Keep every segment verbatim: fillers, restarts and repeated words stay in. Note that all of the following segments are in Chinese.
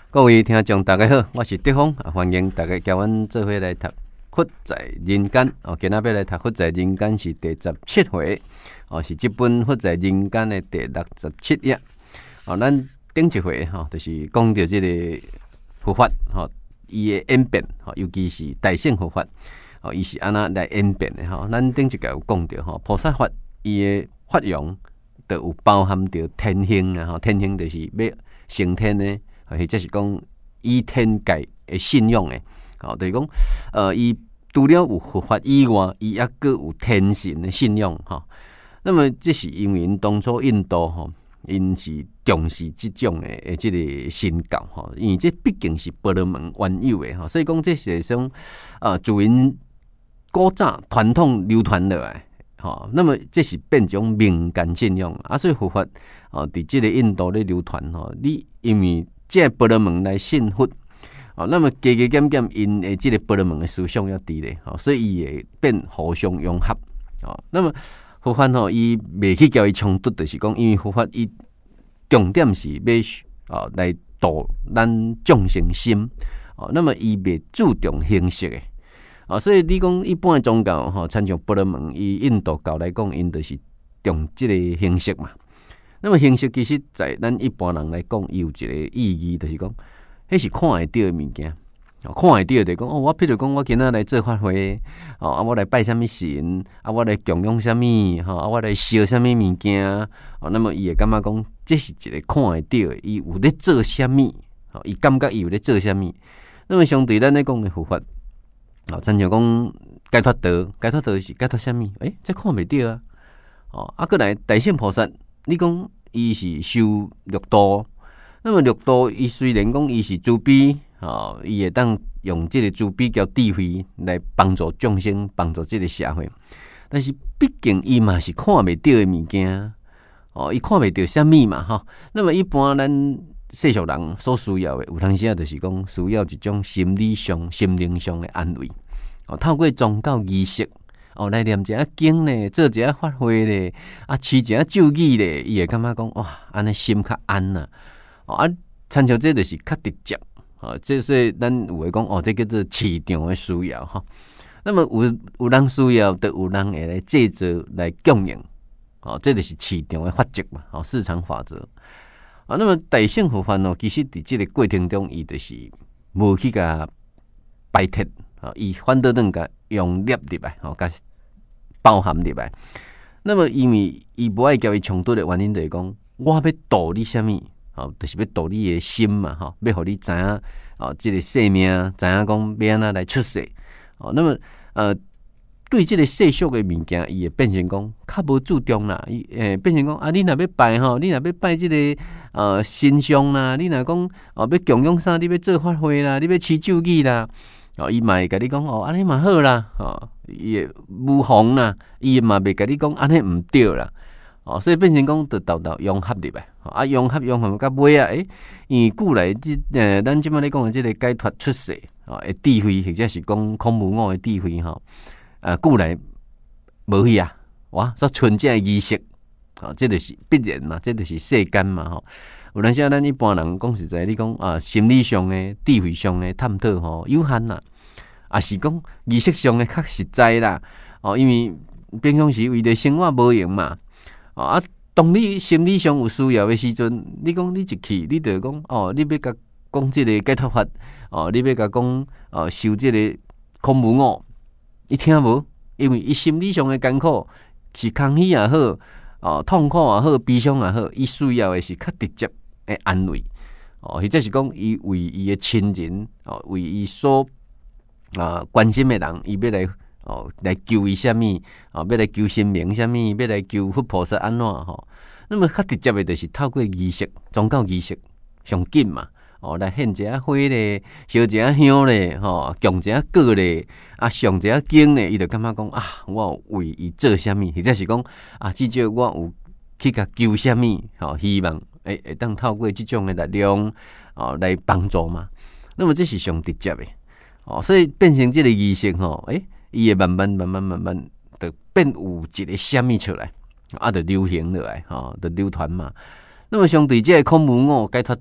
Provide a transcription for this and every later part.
各位听众大家好，我是德峰，欢迎大家交阮做伙来读《佛在人间》哦。今仔要来读《佛在人间》是第十七回哦，是这本《佛在人间》的第六十七页哦。咱顶一回吼、哦，就是讲到这个佛法吼，伊、哦、的演变吼、哦，尤其是大乘佛法哦，伊是安那来演变的吼、哦。咱顶一个有讲到吼，菩萨法伊的法用都有包含着天性啊，吼，天性就是要升天的。或者是讲以天界的信仰的，哦，就是讲，呃，伊除了有佛法以外，伊也个有天神的信仰，哈、哦。那么这是因为因当初印度吼，因是重视这种的诶，这个神教吼，因为这毕竟是婆罗门原有的哈，所以讲这是种呃自因古早传统流传落来，哈、哦。那么这是变种民间信仰啊，所以佛法哦，伫这个印度咧流传吼，你因为这婆罗门来信佛，哦，那么加加减减，因诶，这个婆罗门的思想要低咧，哦，所以伊会变互相融合，哦，那么佛法吼，伊袂去交伊冲突，就是讲，因为佛法伊重点是要哦来度咱众生心，哦，那么伊袂注重形式诶，哦，所以你讲一般的宗教吼，参像婆罗门，以印度教来讲，因就是重这个形式嘛。那么形式其实，在咱一般人来讲，有一个意义，就是讲，迄是看会到的物件，看会到就是讲，哦，我譬如讲，我今仔来做法会，哦，啊，我来拜什么神，啊，我来供养什么，吼，啊，我来烧什么物件，哦，那么伊会感觉讲，这是一个看会到的，伊有咧做什么，哦，伊感觉伊有咧做什么。那么相对咱咧讲的佛法，哦，亲像讲解脱道，解脱道是解脱什么？诶、欸，这看袂到啊，哦，啊，过来大乘菩萨。你讲伊是修六道，那么六道伊虽然讲伊是慈悲，哦，伊会当用这个慈悲叫智慧来帮助众生，帮助这个社会，但是毕竟伊嘛是看袂到的物件，哦，伊看袂到什么嘛，吼。那么一般咱世俗人所需要的，有当时啊，就是讲需要一种心理上、心灵上的安慰，哦，透过宗教仪式。哦，来念一下经咧，做一下法会咧，啊，持一下咒语咧，伊会感觉讲哇，安尼心较安呐。哦，啊，参照这就是较直接。哦，这是咱有会讲哦，这叫做市场的需要哈、哦。那么有有人需要，就有人会来制造来供应。哦，这就是市场的法则嘛，哦，市场法则。啊，那么大乘佛法呢，其实伫这个过程中，伊就是无去甲摆脱。啊，伊反倒等甲用捏入来，吼，甲包含入来。那么，因为伊无爱交伊冲突的原因，就是讲，我要度你什么？吼，就是要度你的心嘛，吼，要互你知影，哦，这个生命，知影讲要安怎来出世。哦，那么，呃，对这个世俗的物件，伊会变成讲较无注重啦。伊诶，变成讲啊，你若要拜吼，你若要拜这个呃神像啦，你若讲哦要供养啥，你要做法会啦，你要持咒语啦。哦，伊嘛会甲你讲哦，安尼嘛好啦，哦，伊会无妨啦，伊嘛袂甲你讲安尼毋对啦，哦，所以变成讲得豆豆融合入来，啊，融合融合到尾啊，诶，因为古来即诶，咱即摆咧讲诶，即个解脱出世啊，诶，智慧或者是讲空无我诶智慧吼，啊，古来无去啊，哇，所纯正诶仪式，啊，这就是必然嘛，这就是世间嘛，吼。有阵时咱一般人讲实在，你讲啊，心理上诶、智慧上诶探讨吼有限啦，啊是讲仪式上诶较实在啦。哦，因为平常时为了生活无用嘛。哦啊，当你心理上有需要诶时阵，你讲你一去，你就讲哦，你要甲讲即个解脱法，哦，你要甲讲哦，修即个空无我，伊听无，因为伊心理上诶艰苦是空虚也好，哦，痛苦也好，悲伤也好，伊需要诶是较直接。诶，安慰哦，或者是讲伊为伊诶亲人哦，为伊所啊关心诶人，伊要来哦来救伊什么哦，要来救生命什么，要来救佛菩萨安怎吼？那么较直接诶，就是透过仪式、宗教仪式上紧嘛哦，来献一下花咧，烧一下香咧，吼，供一下果咧，啊，上一下经咧，伊就感觉讲啊，我有为伊做什么，或者是讲啊，至少我有去甲救什么，吼，希望。诶，会当透过这种的力量哦来帮助嘛，那么这是上直接的哦，所以变成这个仪式吼，诶，伊会慢慢慢慢慢慢就变有一个什么出来，啊，就流行落来，吼，就流传嘛。那么相对这个空无我解脱道，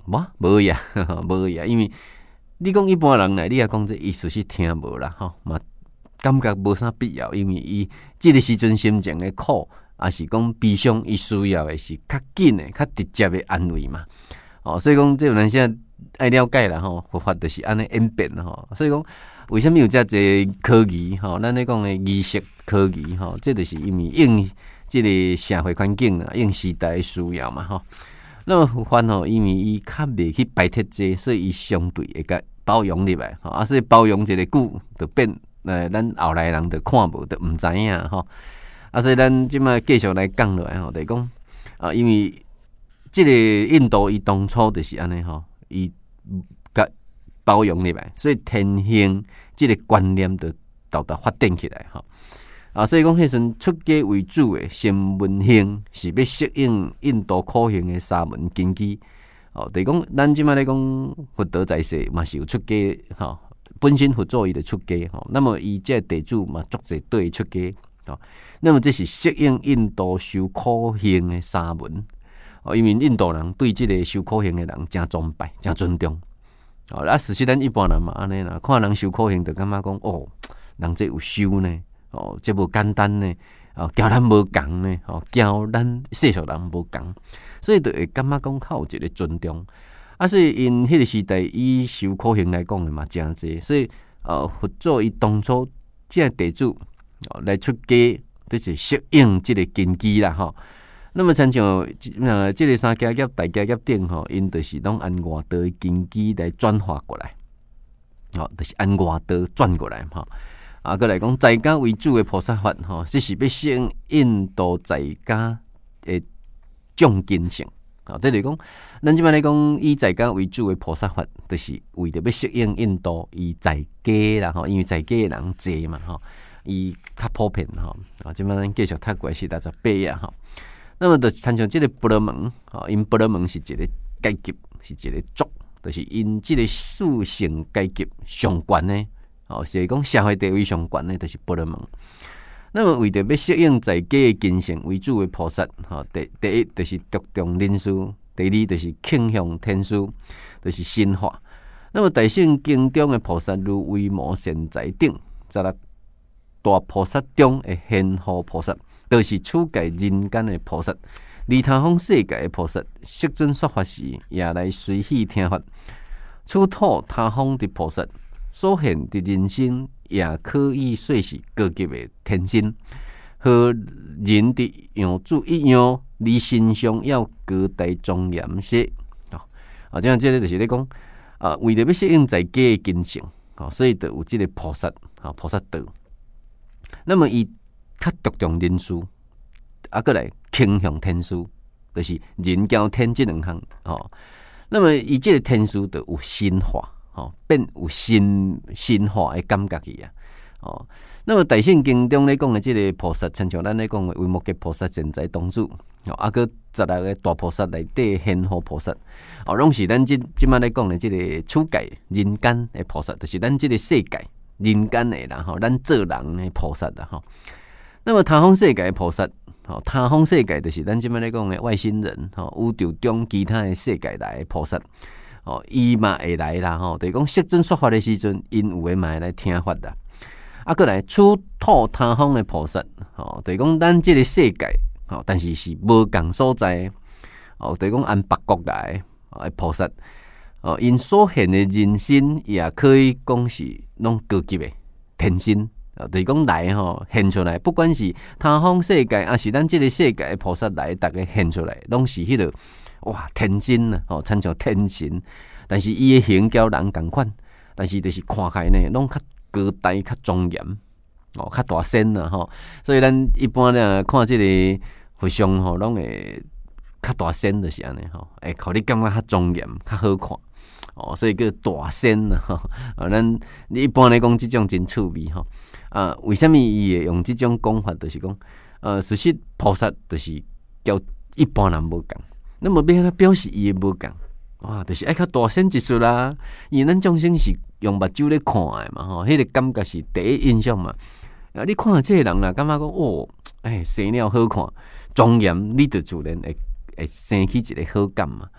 无无呀，无呀，因为你讲一般人来，你也讲这意思是听无啦，吼嘛感觉无啥必要，因为伊即个时阵心情的苦，也是讲悲伤，伊需要的是较紧的、较直接的安慰嘛。哦，所以讲这有人现在爱了解啦，吼，佛法就是安尼演变吼。所以讲，为什么有遮济科技吼？咱咧讲的仪式科技吼，这就是因为应即个社会环境啊，应时代的需要嘛，吼。那么佛法吼，因为伊较袂去摆脱这，所以伊相对会甲包容入来，吼，啊，所以包容一个久就变，呃，咱后来人就看无，就毋知影吼。啊，所以咱即摆继续来讲落来吼，就是讲啊，因为即个印度伊当初就是安尼吼，伊甲包容入来，所以天性即个观念就豆豆发展起来吼。啊，所以讲，迄阵出家为主的声闻性是要适应印度苦行的沙门根基。哦，就是讲，咱即摆咧讲佛陀在世嘛是有出家吼，本身佛祖伊就出家吼。那么伊这地主嘛足侪对出家哦。那么这是适应印度修苦行的沙门哦，因为印度人对这个修苦行的人真崇拜、真尊重。哦，啊，事实咱一般人嘛安尼啦，看人修苦行就感觉讲哦，人这有修呢。哦，这无简单呢，哦，教咱无共呢，哦，教咱世俗人无共，所以就会感觉讲较有一个尊重。啊，所以因迄个时代以修苦行来讲的嘛，真济，所以呃，佛祖伊当初即个地主哦来出家，就是适应即个根基啦，吼。那么亲像呃，即个三家业、大家业顶吼，因就是拢按外道的根基来转化过来，哦，就是按外道转过来，吼。啊，过来讲在家为主的菩萨法，吼，这是要适应印度在家的重根性。啊，这就是讲，咱即摆来讲以在家为主的菩萨法，就是为着要适应印度伊在家啦，吼，因为在家的人济嘛，吼，伊较普遍，吼，啊，即摆咱继续读过是六十八啊，吼。那么就参像即个婆罗门，吼，因婆罗门是一个阶级，是一个族，就是因即个属性阶级上悬的。哦，是讲社会地位上悬的，就是婆罗门。那么为着要适应在家的根性为主的菩萨，吼，第第一就是着重人事，第二就是倾向天事，就是神化。那么大圣经中的菩萨如维摩善财等，十六大菩萨中的贤护菩萨，都、就是处界人间的菩萨。离他方世界的菩萨，释尊说法时，也来随喜听法。处土他方的菩萨。所现的人生也可以说是高级的天性，和人的样子一样，你身上要高大庄严些。哦，啊，这样这个就是咧讲，啊，为了要适应在家的根性，哦，所以就有这个菩萨，啊，菩萨道。那么伊较着重人事，啊，过来倾向天事，就是人交天这两项。哦，那么伊这个天事就有神化。哦，变有新新化的感觉去啊！哦，那么大圣经中咧讲的这个菩萨，亲像咱咧讲的维摩诘菩萨、善财童子，哦，啊个十六个大菩萨内底贤护菩萨，哦，拢是咱即即摆咧讲的这个处界人间的菩萨，就是咱这个世界人间的啦，吼，咱做人的菩萨啦，吼。那么他方世界的菩萨，吼，他方世界就是咱即摆咧讲的外星人，吼，宇宙中其他的世界来的菩萨。哦，伊嘛会来啦，吼，就是讲释尊说法的时阵，因有诶嘛会来听法啦。啊，过来处土他方的菩萨，吼，就是讲咱即个世界，吼，但是是无共所在，哦，就是讲按北国来诶菩萨，哦，因所现的人身也可以讲是拢高级的天身，啊，就是讲来吼现出来，不管是他方世界，还是咱即个世界的菩萨来，逐个现出来，拢是迄个。哇，天神啊，吼，亲像天神，但是伊的形交人共款，但是就是看起来呢，拢较高大、较庄严，哦，较大身啊，吼。所以咱一般咧看即个佛像吼，拢会较大身就是安尼吼，会互你感觉较庄严、较好看，哦，所以叫大身啊，吼。啊，咱一般来讲，即种真趣味吼。啊，为什么伊会用即种讲法？就是讲，呃，事实菩萨就是交一般人无共。那么要安怎表示伊诶无共？哇，就是爱较大声一撮啦。因为咱众生是用目睭咧看诶嘛，吼，迄个感觉是第一印象嘛。啊，你看这个人啦，感觉讲哦，哎，生了好看，庄严，你就自然会会生起一个好感嘛。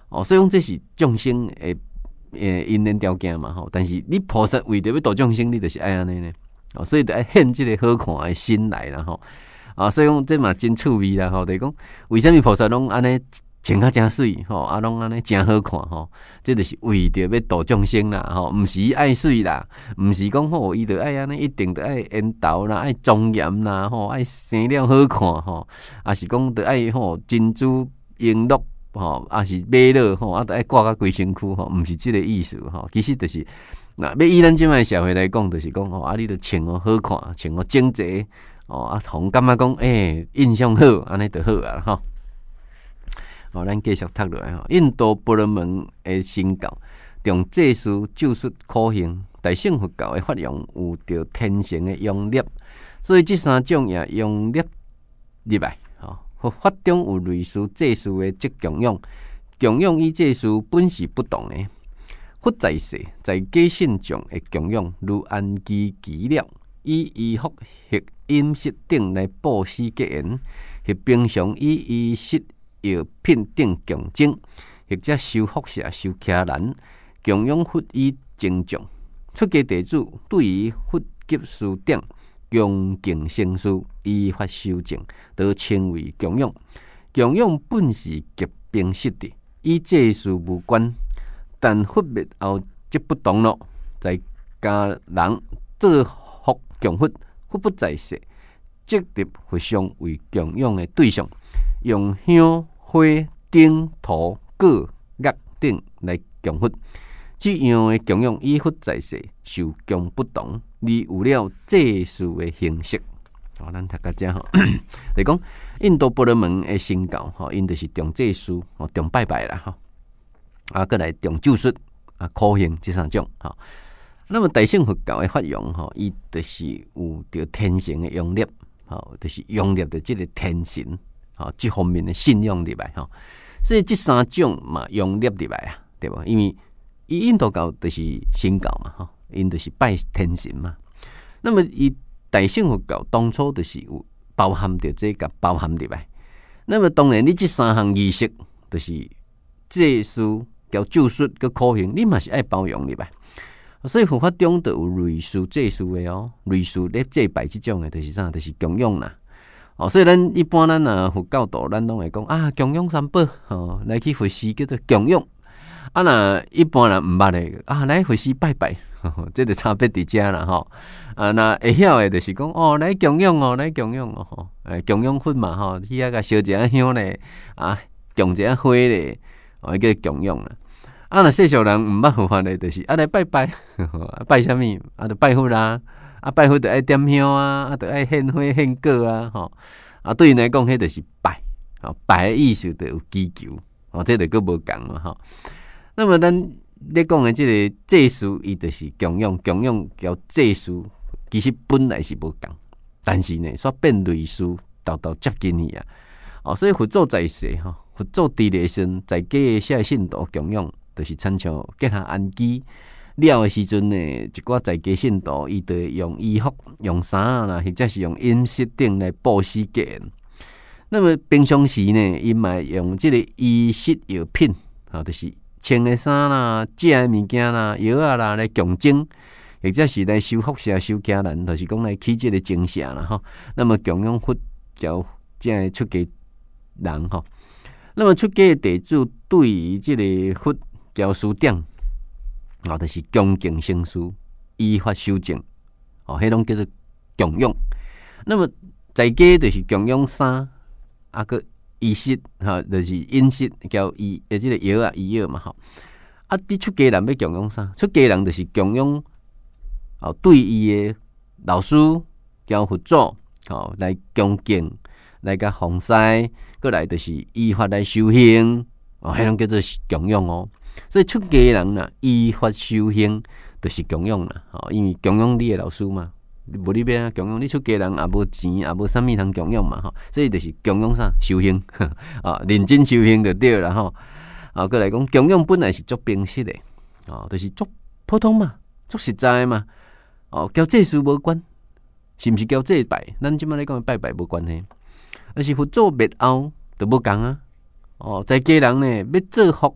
哦，所以讲这是众生诶诶因缘条件嘛吼。但是你菩萨为着要度众生，你就是爱安尼呢。哦，所以得爱献这个好看诶心来啦吼。啊，所以讲这嘛真趣味啦吼。就是讲为什么菩萨拢安尼穿较真水吼，啊拢安尼真好看吼？这就是为着要度众生啦吼，毋是爱水啦，毋是讲吼伊着爱安尼一定着爱缘投啦，爱庄严啦吼，爱生了好看吼，啊是讲着爱吼珍珠璎珞吼，啊是马勒吼，啊着爱挂到规身躯吼，毋是即个意思吼。其实就是那要以咱即摆社会来讲，就是讲吼，啊你着穿哦好看，穿哦整齐哦，啊互感觉讲诶印象好，安尼着好啊吼。哦，咱继续读落来吼。印度婆罗门的神教，从济数、咒术、苦行，大乘佛教的法用有着天成的用力，所以这三种也用力入来。吼，佛法中有类似济数的即供养，供养与济数本是不同的。佛在世，在家信众的供养，如安居居了，以衣服、食饮食等来布施结缘，或平常以衣食药品等供赠，或者修福舍、修伽蓝，供养佛以敬重。出家弟子对于佛及事等恭敬生事，依法修正，都称为供养。供养本是极平实的，与这事无关。但佛灭后则不同咯，在家人做福供佛，佛不在世，即入佛像为供养的对象，用香花灯土果乐等来供佛。这样的供养与佛在世受供不同，而有了济数的形式。哦，咱读到这吼，来讲印度婆罗门的神教吼，因就是重济数，吼重拜拜啦吼，啊，过来重咒术啊、苦行这三种吼。那么大乘佛教的法用吼，伊就是有着天成的用力，吼，就是用力的这个天神，吼，这方面的信仰入来吼。所以这三种嘛用力入来啊，对吧？因为伊印度教就是神教嘛，吼，因就是拜天神嘛。那么伊大乘佛教当初就是有包含着这个包含入来。那么当然，你这三项仪式就是济数、叫咒术、叫苦行，你嘛是爱包容入来。所以佛法中就有类似济数的哦，类似咧祭拜这种的，就是啥，就是供养啦。哦，所以咱一般咱啊佛教徒，咱拢会讲啊，供养三宝，哦，来去佛寺叫做供养。啊，那一般人毋捌的啊，来佛寺拜拜，呵呵这就差别伫遮啦吼。啊，那会晓的就是讲哦，来供养哦，来供养哦，吼，诶，供养佛嘛吼，去遐个烧一下香咧，啊，供一下花咧，哦，叫供养啦。啊，那世俗人毋捌佛法的，就是啊来拜拜，拜啥物？啊，就拜佛啦，啊拜佛就爱点香啊，啊就爱献花献果啊，吼，啊对因来讲，迄就是拜，啊拜的意思就有祈求，哦，这就佫无共嘛，吼。那么咱咧讲的这个济数，伊就是供养，供养叫济数，其实本来是无共，但是呢，煞变类似，豆豆接近去啊。哦，所以佛祖在世吼，佛祖伫咧时在家的写信徒供养，就是亲像结合安居了的时阵呢，一寡在家信徒伊就用衣服、用衫啦，或者是用饮食等来布施结缘。那么平常时呢，伊嘛用这个衣食药品，啊，就是穿的衫啦、食的物件啦、药啊啦来供赠，或者是来修福舍、修伽蓝，就是讲来起这个精舍啦吼。那么供养佛教这样出家人吼，那么出家的弟子对于这个佛教师长，哦，就是恭敬生事，依法修正，哦，迄种叫做供养。那么在家就是供养衫，啊个。衣食哈，就是饮食叫医，诶，即个药啊，医药嘛吼。啊，你出家人要供养啥？出家人就是供养哦，对伊的老师叫佛祖哦，来恭敬，来甲奉祀，过来就是依法来修行哦，迄种叫做供养哦。所以出家人啊，依法修行就是供养啦，哦，因为供养你的老师嘛。无你要供养，你出家人也无钱，也无啥物通供养嘛吼，所以就是供养啥修行啊，认真修行就对啦吼。啊，过来讲供养本来是足平实的，哦，就是足普通嘛，足实在嘛。哦，交这事无关，是毋是交这拜？咱即摆咧讲拜拜无关系，而是佛祖灭后就无共啊。哦，在家人呢要做福，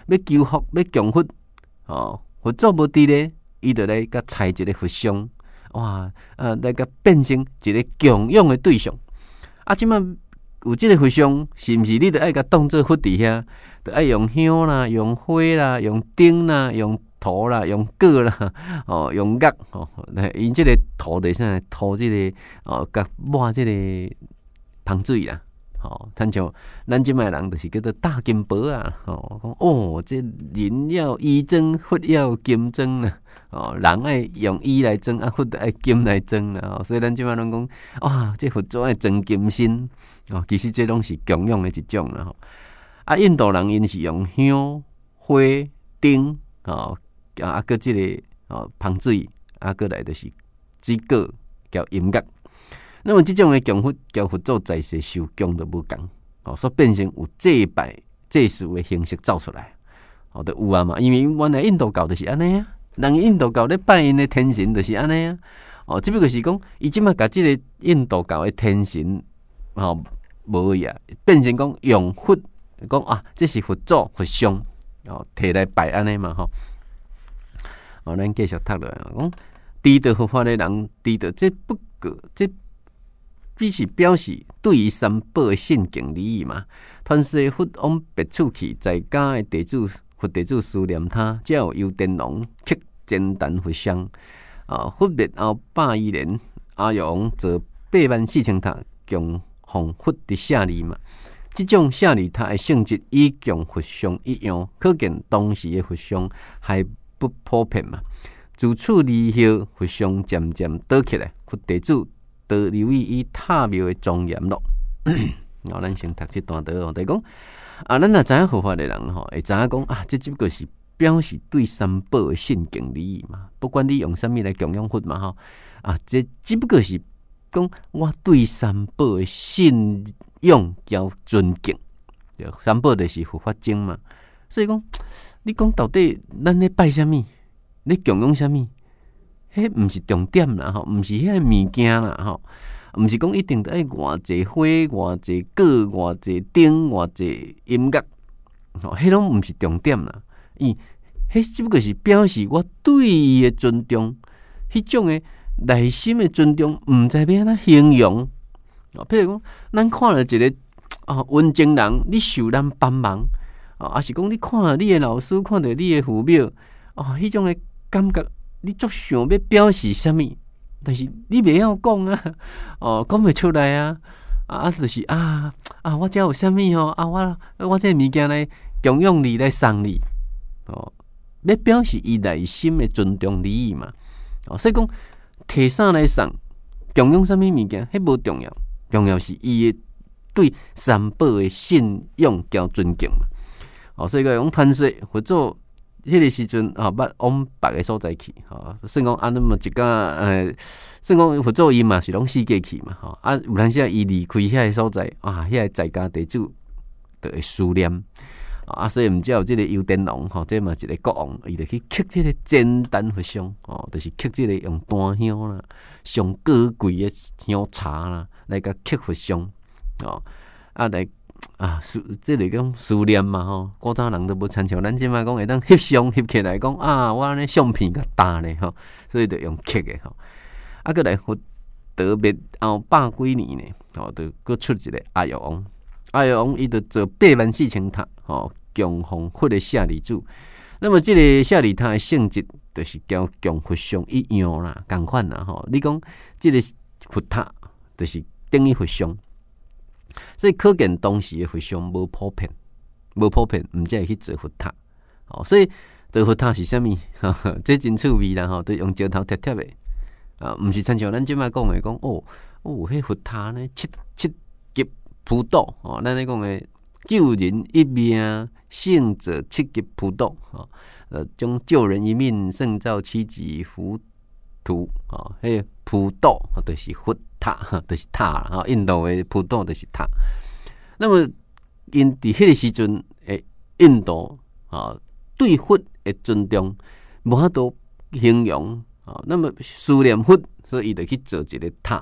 要求佛要供佛，哦，佛祖无伫咧，伊就来甲采一个佛像，哇，啊，来甲变成一个供养的对象。啊，即摆有即个佛像，是毋是你着爱甲当做佛伫遐，着爱用香啦、用花啦、用灯啦、用土啦、用果啦，哦，用角哦，因即个土地啥涂即个哦，甲抹即个芳水啦。哦，亲像咱即摆人就是叫做大金箔啊！哦，讲哦，这人要衣装，佛要金装啦！哦，人爱用衣来装，啊，佛爱金来装啦！哦，所以咱即摆人讲，哇，这佛祖爱装金身哦，其实这拢是供养的一种啦！吼，啊，印度人因是用香、花、灯哦，啊，搁即个哦，芳水，啊，搁来就是水果，叫音乐。那么这种的供佛交佛祖在世受供都无共，哦，所以变成有祭拜祭祀的形式走出来，哦，都有啊嘛。因为原来印度教就是安尼啊，人印度教咧拜因的天神就是安尼啊，哦，只不过是讲伊即马甲即个印度教的天神，哦，无呀，变成讲用佛讲啊，这是佛祖佛像，哦，摕来拜安尼嘛吼。哦，咱继续读落来，讲知道佛法的人，知道这不过这。只是表示对于三宝的信敬礼仪嘛。传说佛往别处去，在家的地主佛地主思念他，才有游天龙刻简单佛像。啊，佛灭后百余年，阿育王做八万四千塔供奉佛的舍利嘛。这种舍利塔的性质与供佛像一样，可见当时的佛像还不普遍嘛。自此离后，佛像渐渐倒起来，佛地主得留意伊塔庙的庄严咯。然后咱先读这段道哦，就是讲啊，咱若知影佛法的人吼，会知影讲啊，这只不过是表示对三宝的信敬礼仪嘛。不管你用啥物来供养佛嘛吼，啊，这只不过是讲我对三宝的信仰交尊敬。对，三宝就是佛法经嘛。所以讲，你讲到底咱咧拜啥物，咧供养啥物？迄毋是重点啦，吼，毋是遐物件啦，吼，毋是讲一定得爱偌济花、偌济果、偌济灯、偌济音乐，吼，迄拢毋是重点啦。伊迄只不过是表示我对伊的尊重，迄种的内心的尊重，毋知要安怎形容。啊，譬如讲，咱看了一个啊文静人，你受咱帮忙，啊，还是讲你看了你的老师，看到你的父母，啊，迄种的感觉。你足想要表示啥物，但是你袂晓讲啊，哦，讲袂出来啊，啊，就是啊啊，我遮有啥物吼啊，我我这物件来供养你，来送你，哦，要表示伊内心的尊重礼仪嘛，哦，所以讲摕啥来送，供养啥物物件，迄无重要，重要是伊的对三宝的信仰交尊敬嘛，哦，所以讲传说或者。迄个时阵啊，捌往别个所在去，吼，算讲安尼么一家，呃，算讲佛祖伊嘛是拢世界去嘛，吼，啊，有当时伊离开遐个所在，啊，遐个在家地主就会思念，啊，所以毋只有即个游天龙，吼，这嘛一个国王，伊就去刻即个简单佛像，哦，就是刻即个用丹香啦、上高贵的香茶啦，来甲刻佛像，哦，啊来。啊，这个讲思念嘛吼，古早人都无参照，咱即摆讲会当翕相翕起来讲啊，我安尼相片较大咧吼，所以就用刻的吼。啊，过来佛得灭后百几年呢，吼，就搁出一个阿育王，阿育王伊就做八万四千塔，吼，供奉佛的舍利子。那么这个舍利塔的性质，就是交供佛像一样啦，共款啦吼。你讲这个佛塔，就是等于佛像。所以可见当时的佛像无普遍，无普遍，毋才会去做佛塔。哦，所以做佛塔是啥物？这真趣味啦！吼，都用石头贴贴的啊，毋是参像咱即摆讲的讲哦哦，迄佛塔呢七七级普渡哦，咱咧讲的救人一命胜者七级普渡哦，呃，将救人一命胜造七级浮屠哦，迄个普渡就是佛。塔就是塔啦，印度的普渡就是塔。那么因伫迄个时阵，诶，印度啊对佛的尊重无法度形容啊。那么思念佛，所以伊就去做一个塔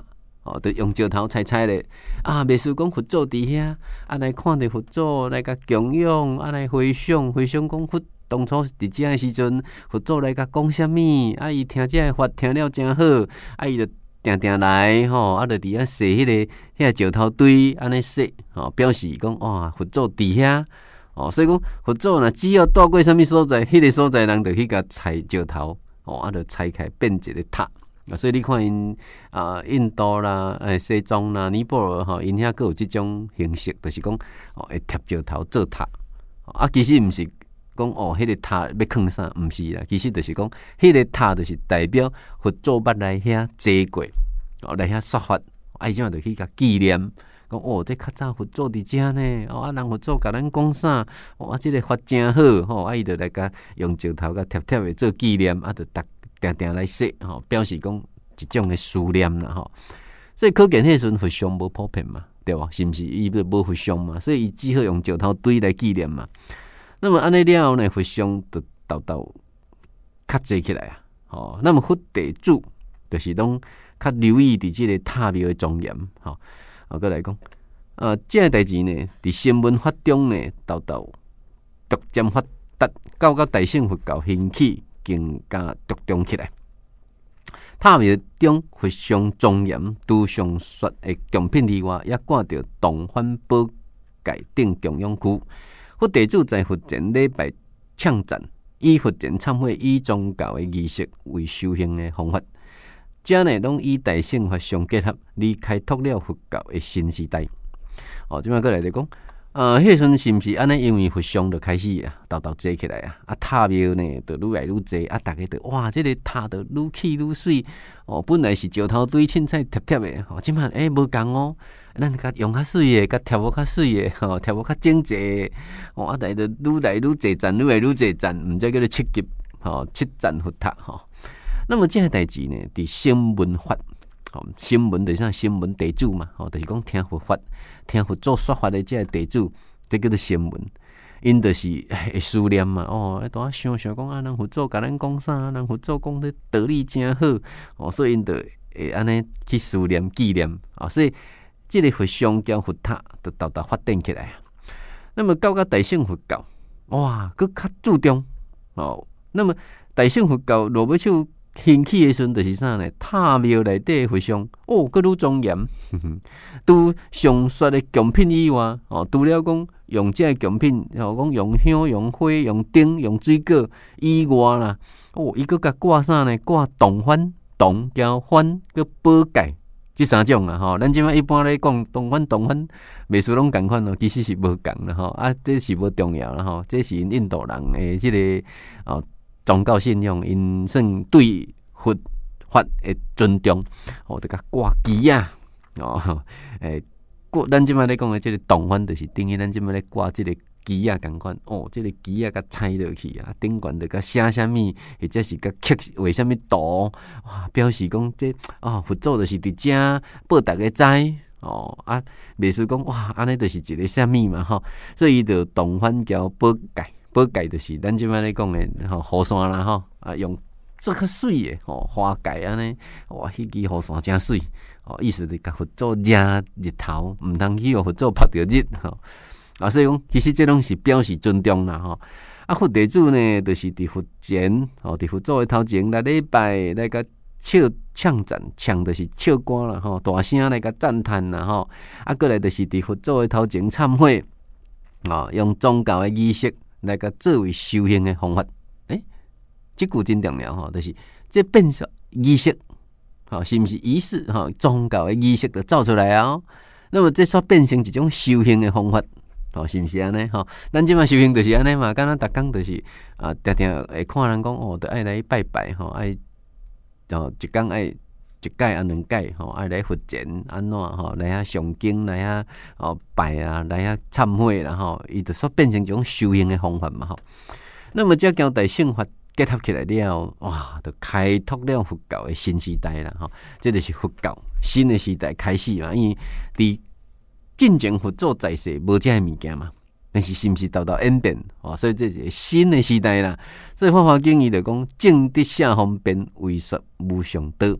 哦，就用石头踩踩咧。啊，袂输讲佛祖伫遐，啊来看着佛祖来甲供养，啊来回想回想讲佛当初伫遮诶时阵，佛祖来甲讲啥物，啊伊听遮法听了真好，啊伊就定定来吼，啊就伫遐踅迄个遐石头堆安尼踅，吼表示讲哇佛祖伫遐。哦，所以讲佛祖若只要住过啥物所在，迄、那个所在人就去甲踩石头，哦，啊，就踩开变一个塔。啊，所以你看因啊，印度啦、诶西藏啦、尼泊尔吼，因遐佫有即种形式，就是讲哦，会贴石头做塔。啊，其实毋是讲哦，迄、那个塔要囥啥，毋是啦，其实就是讲，迄、那个塔就是代表佛祖捌来遐坐过，哦，来遐说法，啊，伊怎就去甲纪念。讲哦，这较早佛祖伫遮呢，哦啊，人佛祖甲咱讲啥，哦啊，这个法真好，吼啊，伊就来甲用石头甲贴贴的做纪念，啊，就逐定定来说，吼，表示讲一种的思念啦，吼。所以可见迄时阵佛像无普遍嘛，对吧？是毋是？伊无佛像嘛，所以伊只好用石头堆来纪念嘛。那么安尼了后呢，佛像就豆豆较济起来啊，吼。那么佛地主就是拢较留意伫即个塔庙的庄严，吼。啊，再来讲，啊，这个代志呢，伫新闻法中呢，豆豆逐渐发达，到到大乘佛教兴起，更加着重起来。塔庙中佛像庄严，除上说的供品以外，也挂着洞幡宝盖顶供养区。佛地主在佛前礼拜唱赞，以佛前忏悔，以宗教的仪式为修行的方法。这呢，拢以大乘法相结合，离开拓了佛教的新时代。哦，即摆过来就讲，呃，迄阵是毋是安尼？因为佛像就开始啊，豆豆坐起来啊，啊塔庙呢就愈来愈坐，啊，大家就哇，这个塔就愈起愈水。哦，本来是石头堆凊彩贴贴的，哦，即摆诶无共哦，咱甲用较水的，甲贴无较水的，吼、哦，贴无较整齐的，哦，啊，大就愈来愈坐赞，愈来愈坐赞，毋则叫做七级，吼、哦，七赞佛塔，吼、哦。那么这个代志呢，伫声闻法，吼，声闻就是啥？声闻地主嘛，吼，就是讲听佛法、听佛祖说法的这个地主，这叫做声闻。因就是会思念嘛，哦，喺度想想讲啊，人佛祖甲咱讲啥？人佛祖讲的道理真好，哦，所以因就会安尼去思念、纪念啊、哦。所以这个佛像叫佛塔，就豆豆发展起来。那么到到大乘佛教，哇，佫较注重哦。那么大乘佛教落尾手兴起的时阵，就是啥呢？塔庙内底的佛像，哦，佫愈庄严。除上说的供品以外，哦，除了讲用这供品，哦，讲用香、用花、用灯、用水果以外啦，哦，伊佫甲挂啥呢？挂洞幡、洞交幡、佮宝盖，即三种啦，吼。咱即摆一般咧讲洞幡、洞幡，袂输拢共款咯，其实是无共啦，吼。啊，这是无重要啦，吼。这是印度人诶，即、这个哦。宗教信仰，因算对佛法的尊重，哦，就甲挂旗啊，哦，诶，挂咱即摆咧讲的即个洞幡，就是等于咱即摆咧挂即个旗啊，共款，哦，即、这个旗啊，甲踩落去啊，顶悬就甲写啥物，或者是甲刻画啥物图，哇，表示讲这哦，佛祖就是伫遮报大家知。哦啊，袂输讲哇，安尼就是一个啥物嘛吼，所以就洞幡交宝盖。宝盖就是咱即摆咧讲诶，吼雨伞啦吼，啊用这较水诶，吼花盖安尼，哇，迄支雨伞真水，哦，意思是甲佛祖遮日头，毋通去互佛祖晒着日，吼啊，所以讲其实这拢是表示尊重啦，吼啊，佛地主呢，就是伫佛前，吼伫佛祖诶头前来礼拜，来甲唱唱赞，唱就是唱歌啦，吼大声来甲赞叹啦，吼啊，过来就是伫佛祖诶头前忏悔，哦，用宗教诶仪式。来个作为修行的方法，诶、欸，这句真重要吼，就是这变成仪式，吼，是毋是仪式吼？宗教的仪式就造出来啊、哦。那么这煞变成一种修行的方法，吼，是毋是安尼吼？咱即马修行就是安尼嘛，敢若逐工就是啊，定定会看人讲哦，着爱来拜拜吼，爱哦一工爱。一届啊，两届吼，爱来佛前安怎吼，来遐上经，来遐哦拜啊，来遐忏悔啦吼，伊就煞变成一种修行的方法嘛吼。那么这交大乘法结合起来了，哇，就开拓了佛教的新时代啦吼。这就是佛教新的时代开始嘛，因为伫进前佛祖在世无这物件嘛，但是是毋是豆豆演变哦？所以这是新的时代啦。所以《法华经》伊就讲：正得下方便，为说无上道。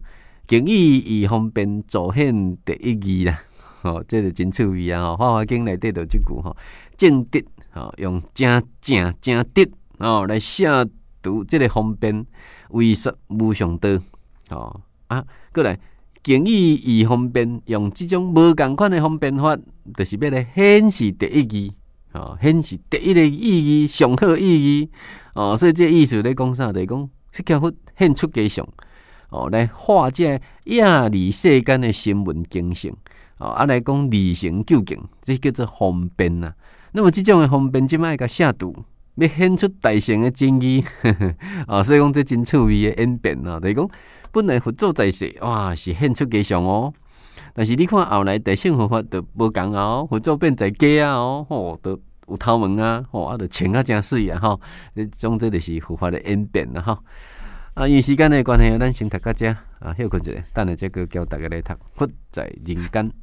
经义以方便助显第一义啦。哦，这个真趣味啊！吼，《法华经》内底就即句吼，正德吼，用正正正德哦来写读这个方便，为说无上道哦啊，过来经义以方便，用这种无共款的方便法，就是要来显示第一义哦，显示第一个意义、上好意义哦。所以这意思咧讲啥？就是讲释迦佛显出家相哦，来化这亚离世间的新闻经性。哦，啊来讲理性究竟，这叫做方便呐。那么这种的方便，即摆甲写度，要显出大乘的真义，啊，所以讲这真趣味的演变啊。就是讲，本来佛祖在世，哇，是显出家相哦。但是你看后来大乘佛法就无共啊哦，佛祖变在家啊哦，吼，都有头毛啊，吼，啊，就穿啊真水啊吼。总之就是佛法的演变啦吼。啊，因为时间的关系，咱先读到这啊，休困一下，等下再个教大家来读《佛在人间》。